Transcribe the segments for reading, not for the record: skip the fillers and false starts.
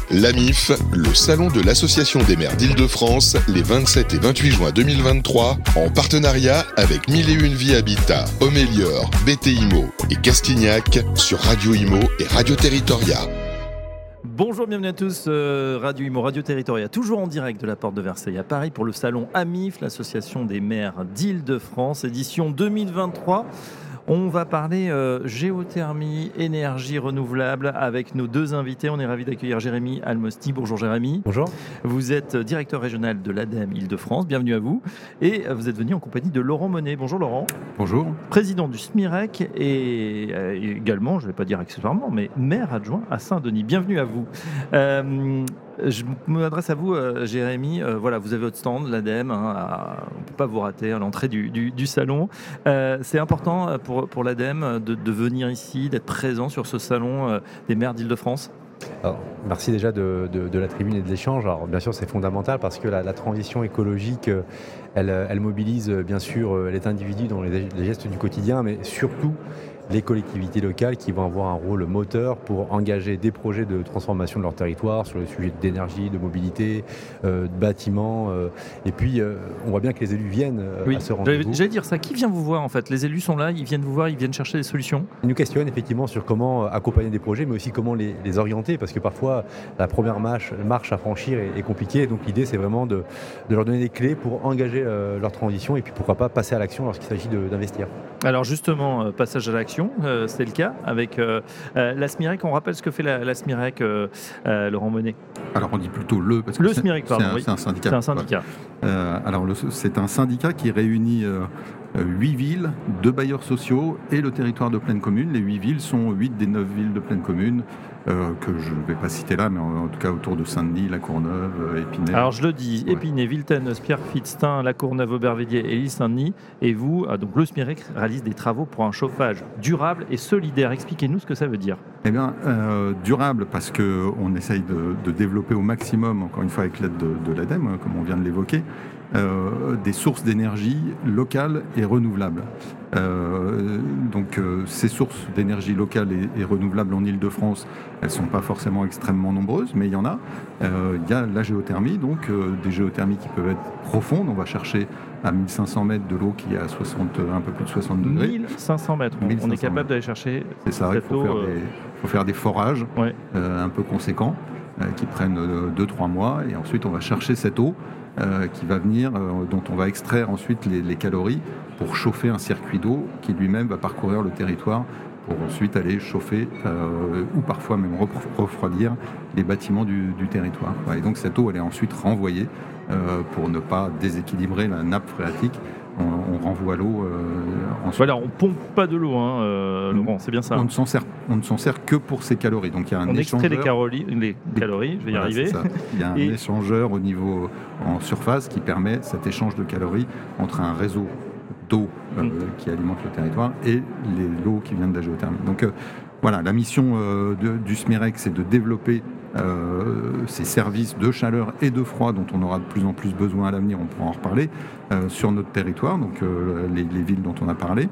L'AMIF, le salon de l'Association des maires d'Île-de-France, les 27 et 28 juin 2023, en partenariat avec 1001 Vie Habitat, Homélior, BTIMO et Castignac sur Radio Imo et Radio Territoria. Bonjour, bienvenue à tous, Radio Imo, Radio Territoria, toujours en direct de la Porte de Versailles à Paris pour le salon AMIF, l'Association des maires d'Île-de-France, édition 2023. On va parler géothermie, énergie renouvelable avec nos deux invités. On est ravis d'accueillir Jérémy Almosti. Bonjour Jérémy. Bonjour. Vous êtes directeur régional de l'ADEME Île-de-France. Bienvenue à vous. Et vous êtes venu en compagnie de Laurent Monet. Bonjour Laurent. Bonjour. Président du SMIREC et également, je ne vais pas dire accessoirement, mais maire adjoint à Saint-Denis. Bienvenue à vous. Je m'adresse à vous, Jérémy. Voilà, vous avez votre stand, l'ADEME. On ne peut pas vous rater à l'entrée du salon. C'est important pour l'ADEME de venir ici, d'être présent sur ce salon des maires d'Île-de-France. Alors, merci déjà de la tribune et de l'échange. Alors, bien sûr, c'est fondamental parce que la transition écologique, elle mobilise bien sûr les individus dans les gestes du quotidien, mais surtout les collectivités locales qui vont avoir un rôle moteur pour engager des projets de transformation de leur territoire sur les sujets d'énergie, de mobilité, de bâtiments. Et puis, on voit bien que les élus viennent à ce rendez-vous. J'allais dire ça. Qui vient vous voir en fait ? Les élus sont là, ils viennent vous voir, ils viennent chercher des solutions. Ils nous questionnent effectivement sur comment accompagner des projets, mais aussi comment les orienter, parce que parfois, la première marche à franchir est compliquée. Donc, l'idée, c'est vraiment de leur donner des clés pour engager leur transition et puis, pourquoi pas, passer à l'action lorsqu'il s'agit d'investir. Alors, justement, passage à l'action. C'est le cas avec la SMIREC. On rappelle ce que fait la SMIREC, Laurent Monet. Alors on dit plutôt parce que SMIREC, pardon. C'est un syndicat. C'est un syndicat. Alors c'est un syndicat qui réunit 8 villes, 2 bailleurs sociaux et le territoire de pleine commune. Les 8 villes sont 8 des 9 villes de pleine commune que je ne vais pas citer là, mais en tout cas autour de Saint-Denis, La Courneuve, Épinay. Alors je le dis, ouais. Épinay, Villetennes, Pierrefitte, Stein, La Courneuve, Aubervilliers et l'île Saint-Denis. Et vous, donc le SMIREC réalise des travaux pour un chauffage durable et solidaire. Expliquez-nous ce que ça veut dire. Eh bien, durable parce qu'on essaye de développer au maximum, encore une fois avec l'aide de l'ADEME, comme on vient de l'évoquer, des sources d'énergie locales et renouvelables. Donc ces sources d'énergie locale et renouvelables en Île-de-France, elles ne sont pas forcément extrêmement nombreuses, mais il y en a. Il y a la géothermie, donc des géothermies qui peuvent être profondes. On va chercher à 1500 mètres de l'eau qui est à un peu plus de 60 degrés. 1500 mètres, on est capable d'aller chercher. C'est ça, il faut faire des forages un peu conséquents qui prennent 2-3 mois, et ensuite on va chercher cette eau qui va venir, dont on va extraire ensuite les calories pour chauffer un circuit d'eau qui lui-même va parcourir le territoire pour ensuite aller chauffer ou parfois même refroidir les bâtiments du territoire. Et donc cette eau elle est ensuite renvoyée pour ne pas déséquilibrer la nappe phréatique. On renvoie l'eau ensuite. Voilà, on pompe pas de l'eau, Laurent, c'est bien ça. On ne s'en sert que pour ces calories. Donc il y a un extrait les calories, je vais y arriver. Il y a un échangeur au niveau en surface qui permet cet échange de calories entre un réseau d'eau qui alimente le territoire et l'eau qui vient de la géothermie. Donc voilà, la mission du SMIREC, c'est de développer ces services de chaleur et de froid dont on aura de plus en plus besoin à l'avenir, on pourra en reparler, sur notre territoire, donc les villes dont on a parlé.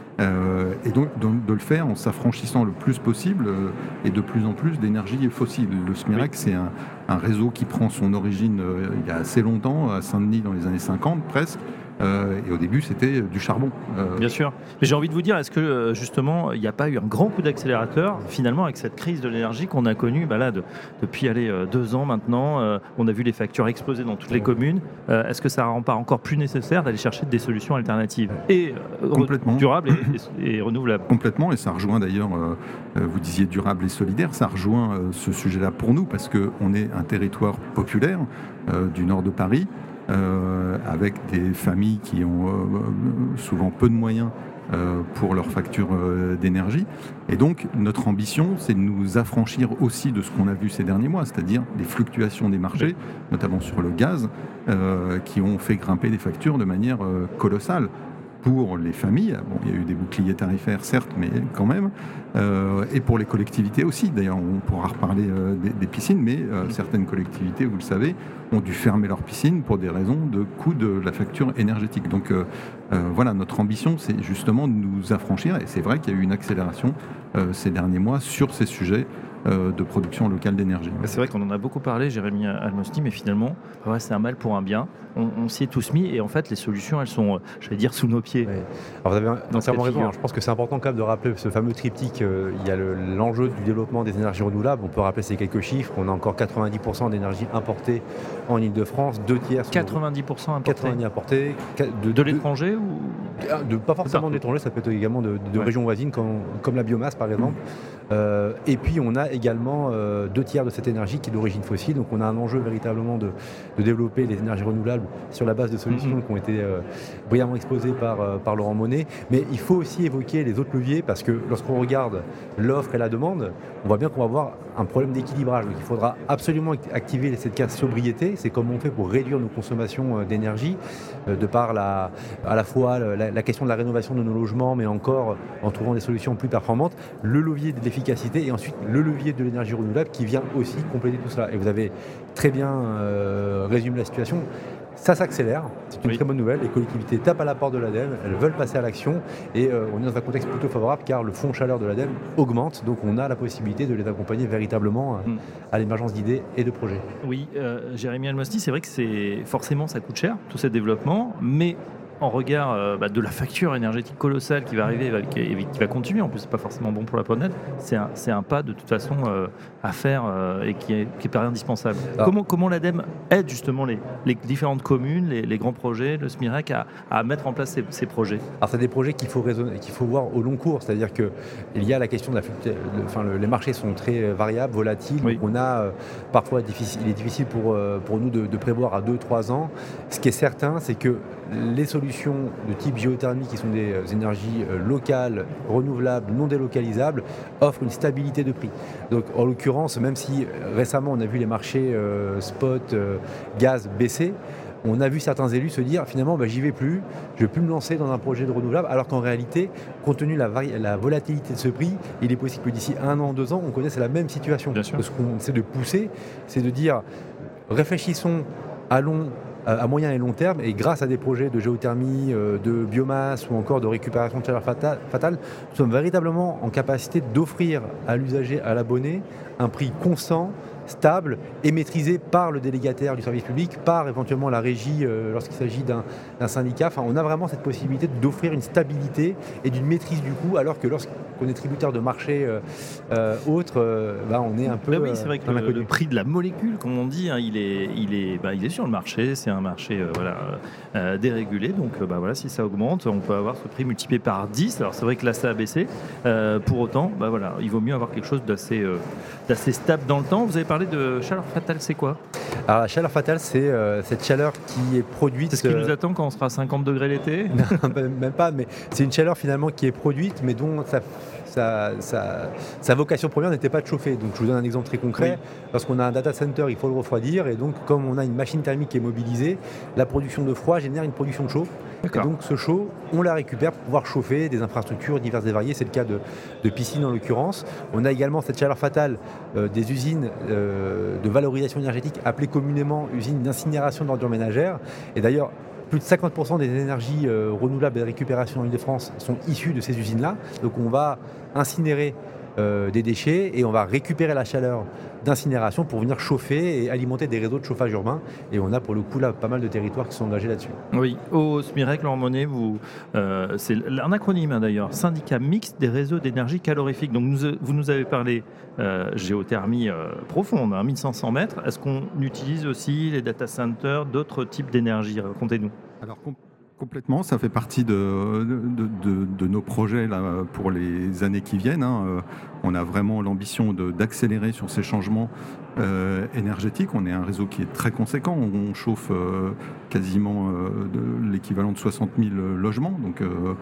Et donc de le faire en s'affranchissant le plus possible et de plus en plus d'énergie fossile. Le SMIREC, c'est un réseau qui prend son origine il y a assez longtemps, à Saint-Denis dans les années 50 presque. Et au début, c'était du charbon. Bien sûr. Mais j'ai envie de vous dire, est-ce que justement, il n'y a pas eu un grand coup d'accélérateur finalement avec cette crise de l'énergie qu'on a connue depuis 2 ans maintenant on a vu les factures exploser dans toutes les communes. Est-ce que ça ne rend pas encore plus nécessaire d'aller chercher des solutions alternatives et durables et renouvelables ? Complètement, et ça rejoint d'ailleurs, vous disiez durable et solidaire, ça rejoint ce sujet-là pour nous parce qu'on est un territoire populaire du nord de Paris. Avec des familles qui ont souvent peu de moyens pour leur facture d'énergie. Et donc, notre ambition, c'est de nous affranchir aussi de ce qu'on a vu ces derniers mois, c'est-à-dire des fluctuations des marchés, notamment sur le gaz, qui ont fait grimper les factures de manière colossale. Pour les familles, il y a eu des boucliers tarifaires certes, mais quand même, et pour les collectivités aussi. D'ailleurs, on pourra reparler des piscines, mais certaines collectivités, vous le savez, ont dû fermer leurs piscines pour des raisons de coût de la facture énergétique. Donc voilà, notre ambition, c'est justement de nous affranchir, et c'est vrai qu'il y a eu une accélération ces derniers mois sur ces sujets de production locale d'énergie. C'est vrai qu'on en a beaucoup parlé, Jérémy Almosny, mais finalement, c'est un mal pour un bien. On s'y est tous mis et en fait, les solutions, elles sont, j'allais dire, sous nos pieds. Ouais. Alors vous avez entièrement raison. Alors, je pense que c'est important quand même de rappeler ce fameux triptyque. Il y a l'enjeu du développement des énergies renouvelables. On peut rappeler ces quelques chiffres. On a encore 90% d'énergie importée en Ile-de-France, 2/3 90% importés. 90 importés. De l'étranger ou pas forcément de l'étranger, ça peut être également de régions voisines comme la biomasse par exemple. Et puis on a également 2/3 de cette énergie qui est d'origine fossile. Donc on a un enjeu véritablement de développer les énergies renouvelables sur la base de solutions qui ont été brillamment exposées par Laurent Monnet. Mais il faut aussi évoquer les autres leviers parce que lorsqu'on regarde l'offre et la demande, on voit bien qu'on va avoir un problème d'équilibrage. Donc il faudra absolument activer cette case sobriété. C'est comment on fait pour réduire nos consommations d'énergie de par à la fois la question de la rénovation de nos logements, mais encore en trouvant des solutions plus performantes, le levier de l'efficacité et ensuite le levier de l'énergie renouvelable qui vient aussi compléter tout cela. Et vous avez très bien résumé la situation. Ça s'accélère, c'est une très bonne nouvelle. Les collectivités tapent à la porte de l'ADEME, elles veulent passer à l'action et on est dans un contexte plutôt favorable car le fonds chaleur de l'ADEME augmente, donc on a la possibilité de les accompagner véritablement à l'émergence d'idées et de projets. Oui, Jérémy Almosny, c'est vrai que forcément ça coûte cher, tout ce développement, mais en regard de la facture énergétique colossale qui va arriver et qui va continuer, en plus c'est pas forcément bon pour la planète, c'est un pas de toute façon à faire et qui est indispensable. Comment l'ADEME aide justement les différentes communes, les grands projets, le SMIREC à mettre en place ces projets? Alors c'est des projets qu'il faut voir au long cours, c'est-à-dire qu'il y a la question les marchés sont très variables, volatiles, donc on a parfois il est difficile pour nous de prévoir à 2-3 ans. Ce qui est certain, c'est que les solutions de type géothermie, qui sont des énergies locales, renouvelables, non délocalisables, offrent une stabilité de prix. Donc, en l'occurrence, même si récemment on a vu les marchés spot gaz baisser, on a vu certains élus se dire finalement j'y vais plus, je ne vais plus me lancer dans un projet de renouvelable, alors qu'en réalité, compte tenu de la volatilité de ce prix, il est possible que d'ici 1 an, 2 ans, on connaisse la même situation. Ce qu'on essaie de pousser, c'est de dire réfléchissons, allons à moyen et long terme, et grâce à des projets de géothermie, de biomasse ou encore de récupération de chaleur fatale, nous sommes véritablement en capacité d'offrir à l'usager, à l'abonné, un prix constant, stable et maîtrisé par le délégataire du service public, par éventuellement la régie lorsqu'il s'agit d'un syndicat. Enfin, on a vraiment cette possibilité d'offrir une stabilité et d'une maîtrise du coût, alors que lorsqu'on est tributaire de marchés autres, on est un peu... oui, c'est vrai que le prix de la molécule, comme on dit, il est sur le marché, c'est un marché dérégulé, donc si ça augmente, on peut avoir ce prix multiplié par 10. Alors c'est vrai que là ça a baissé, pour autant, il vaut mieux avoir quelque chose d'assez stable dans le temps. Vous avez parlé de chaleur fatale, c'est quoi? Alors la chaleur fatale, c'est cette chaleur qui est produite... C'est ce qui nous attend quand on sera à 50 degrés l'été? Non, même pas, mais c'est une chaleur finalement qui est produite, mais dont sa vocation première n'était pas de chauffer. Donc je vous donne un exemple très concret. Lorsqu'on a un data center, il faut le refroidir, et donc comme on a une machine thermique qui est mobilisée, la production de froid génère une production de chaud. Et donc ce chaud, on la récupère pour pouvoir chauffer des infrastructures diverses et variées. C'est le cas de piscines en l'occurrence. On a également cette chaleur fatale des usines de valorisation énergétique, appelées communément usines d'incinération d'ordures ménagères. Et d'ailleurs, plus de 50% des énergies renouvelables et de récupération en Ile-de-France sont issues de ces usines-là. Donc on va incinérer des déchets et on va récupérer la chaleur d'incinération pour venir chauffer et alimenter des réseaux de chauffage urbain. Et on a pour le coup là pas mal de territoires qui sont engagés là-dessus. Oui, au SMIREC, Laurent Monnet, c'est un acronyme d'ailleurs, syndicat mixte des réseaux d'énergie calorifique. Donc vous nous avez parlé géothermie profonde, 1500 mètres. Est-ce qu'on utilise aussi les data centers, d'autres types d'énergie? Racontez-nous. Alors, complètement, ça fait partie de nos projets là, pour les années qui viennent. On a vraiment l'ambition d'accélérer sur ces changements énergétiques. On est un réseau qui est très conséquent. On chauffe quasiment l'équivalent de 60 000 logements. Donc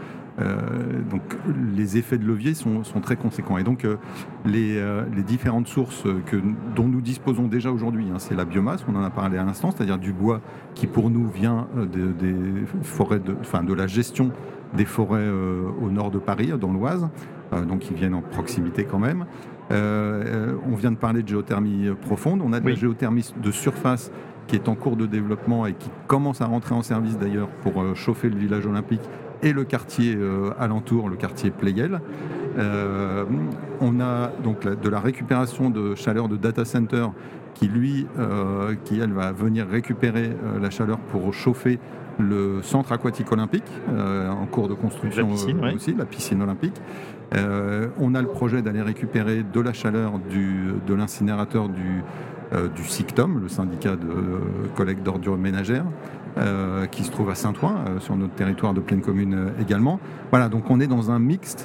les effets de levier sont très conséquents. Et donc les différentes sources dont nous disposons déjà aujourd'hui, c'est la biomasse, on en a parlé à l'instant, c'est-à-dire du bois qui pour nous vient des forêts, de la gestion des forêts au nord de Paris, dans l'Oise, donc ils viennent en proximité quand même. On vient de parler de géothermie profonde, on a de la géothermie de surface qui est en cours de développement et qui commence à rentrer en service d'ailleurs pour chauffer le village olympique et le quartier alentour, le quartier Pleyel. On a donc de la récupération de chaleur de data center qui elle va venir récupérer la chaleur pour chauffer le centre aquatique olympique en cours de construction, la piscine olympique. On a le projet d'aller récupérer de la chaleur de l'incinérateur du SICTOM, le syndicat de collecte d'ordures ménagères, qui se trouve à Saint-Ouen, sur notre territoire de pleine commune également. Voilà, donc on est dans un mixte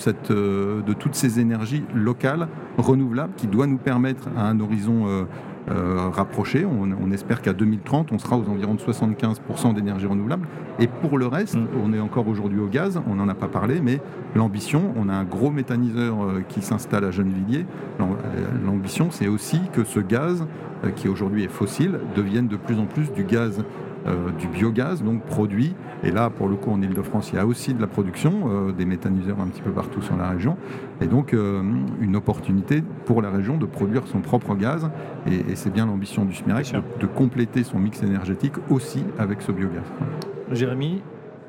de toutes ces énergies locales, renouvelables, qui doit nous permettre à un horizon rapproché. On espère qu'à 2030, on sera aux environs de 75% d'énergie renouvelable. Et pour le reste, on est encore aujourd'hui au gaz, on n'en a pas parlé, mais l'ambition, on a un gros méthaniseur qui s'installe à Gennevilliers. L'ambition, c'est aussi que ce gaz, qui aujourd'hui est fossile, devienne de plus en plus du gaz, du biogaz, donc produit. Et là, pour le coup, en Ile-de-France, il y a aussi de la production, des méthaniseurs un petit peu partout sur la région. Et donc, une opportunité pour la région de produire son propre gaz. Et c'est bien l'ambition du SMIREC de compléter son mix énergétique aussi avec ce biogaz. Jérémy,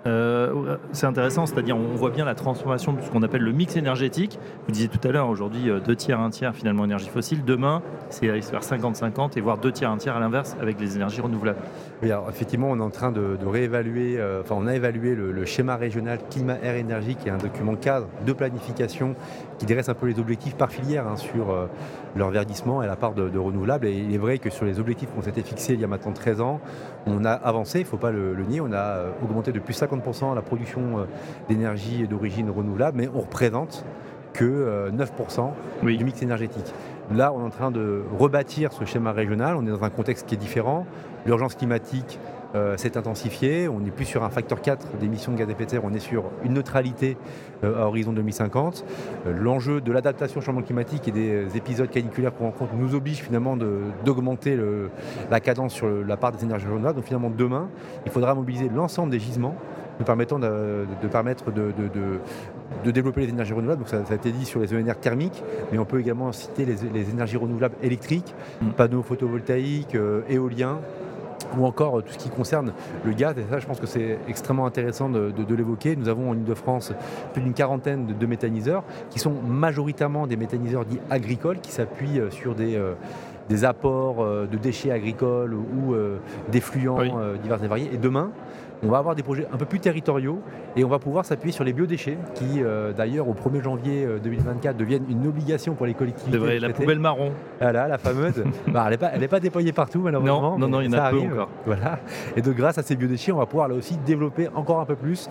c'est intéressant, c'est-à-dire on voit bien la transformation de ce qu'on appelle le mix énergétique. Vous disiez tout à l'heure, aujourd'hui 2 tiers, 1 tiers finalement énergie fossile. Demain, c'est vers 50-50 et voire 2 tiers, 1 tiers à l'inverse avec les énergies renouvelables. Oui, alors effectivement, on est en train de réévaluer, on a évalué le schéma régional climat, air, énergie, qui est un document cadre de planification qui dresse un peu les objectifs par filière sur leur verdissement et la part de renouvelables. Et il est vrai que sur les objectifs qu'on s'était fixés il y a maintenant 13 ans, on a avancé, il ne faut pas le nier, on a augmenté de plus 50% la production d'énergie d'origine renouvelable, mais on représente que 9% du mix énergétique. Là, on est en train de rebâtir ce schéma régional, on est dans un contexte qui est différent, l'urgence climatique s'est intensifiée, on n'est plus sur un facteur 4 d'émissions de gaz à effet de serre, on est sur une neutralité à horizon 2050. L'enjeu de l'adaptation au changement climatique et des épisodes caniculaires qu'on rencontre nous oblige finalement d'augmenter la cadence sur la part des énergies renouvelables. Donc finalement demain, il faudra mobiliser l'ensemble des gisements nous permettant de développer les énergies renouvelables. Donc ça a été dit sur les ENR thermiques, mais on peut également citer les énergies renouvelables électriques, panneaux photovoltaïques, éoliens, ou encore tout ce qui concerne le gaz. Et ça, je pense que c'est extrêmement intéressant de l'évoquer. Nous avons en Ile-de-France plus d'une quarantaine de méthaniseurs qui sont majoritairement des méthaniseurs dits agricoles, qui s'appuient sur des apports de déchets agricoles ou d'effluents divers et variés. Et demain, on va avoir des projets un peu plus territoriaux et on va pouvoir s'appuyer sur les biodéchets qui, d'ailleurs, au 1er janvier 2024, deviennent une obligation pour les collectivités. C'est vrai, la poubelle marron. Voilà, la fameuse. Elle n'est pas déployée partout, malheureusement. Non, il y en a peu encore. Voilà. Et donc, grâce à ces biodéchets, on va pouvoir là aussi développer encore un peu plus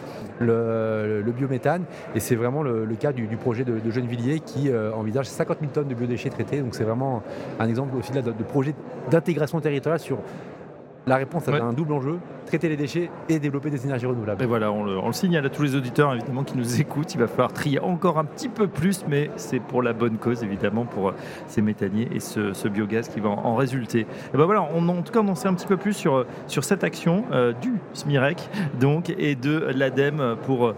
le biométhane. Et c'est vraiment le cas du projet de Gennevilliers qui envisage 50 000 tonnes de biodéchets traités. Donc, c'est vraiment un exemple aussi là, de projet d'intégration territoriale sur la réponse à un double enjeu, traiter les déchets et développer des énergies renouvelables. Et voilà, on le signale à tous les auditeurs évidemment qui nous écoutent. Il va falloir trier encore un petit peu plus, mais c'est pour la bonne cause évidemment, pour ces méthaniers et ce biogaz qui va en résulter. Et ben voilà, en tout cas on en sait un petit peu plus sur cette action du SMIREC donc, et de l'ADEME pour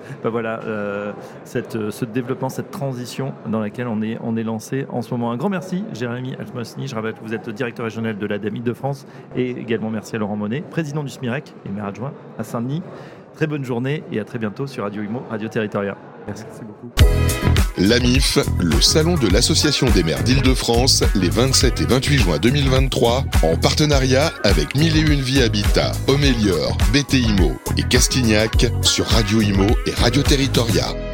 ce développement, cette transition dans laquelle on est lancé en ce moment. Un grand merci Jérémy Almosny, je rappelle que vous êtes directeur régional de l'ADEME Ile-de-France et également merci à Laurent Monnet, président du SMIREC et maire adjoint à Saint-Denis. Très bonne journée et à très bientôt sur Radio Imo, Radio Territoria. Merci beaucoup. L'AMIF, le salon de l'Association des maires d'Île-de-France, les 27 et 28 juin 2023, en partenariat avec 1001 Vie Habitat, Homélior, BT Imo et Castignac sur Radio Imo et Radio Territoria.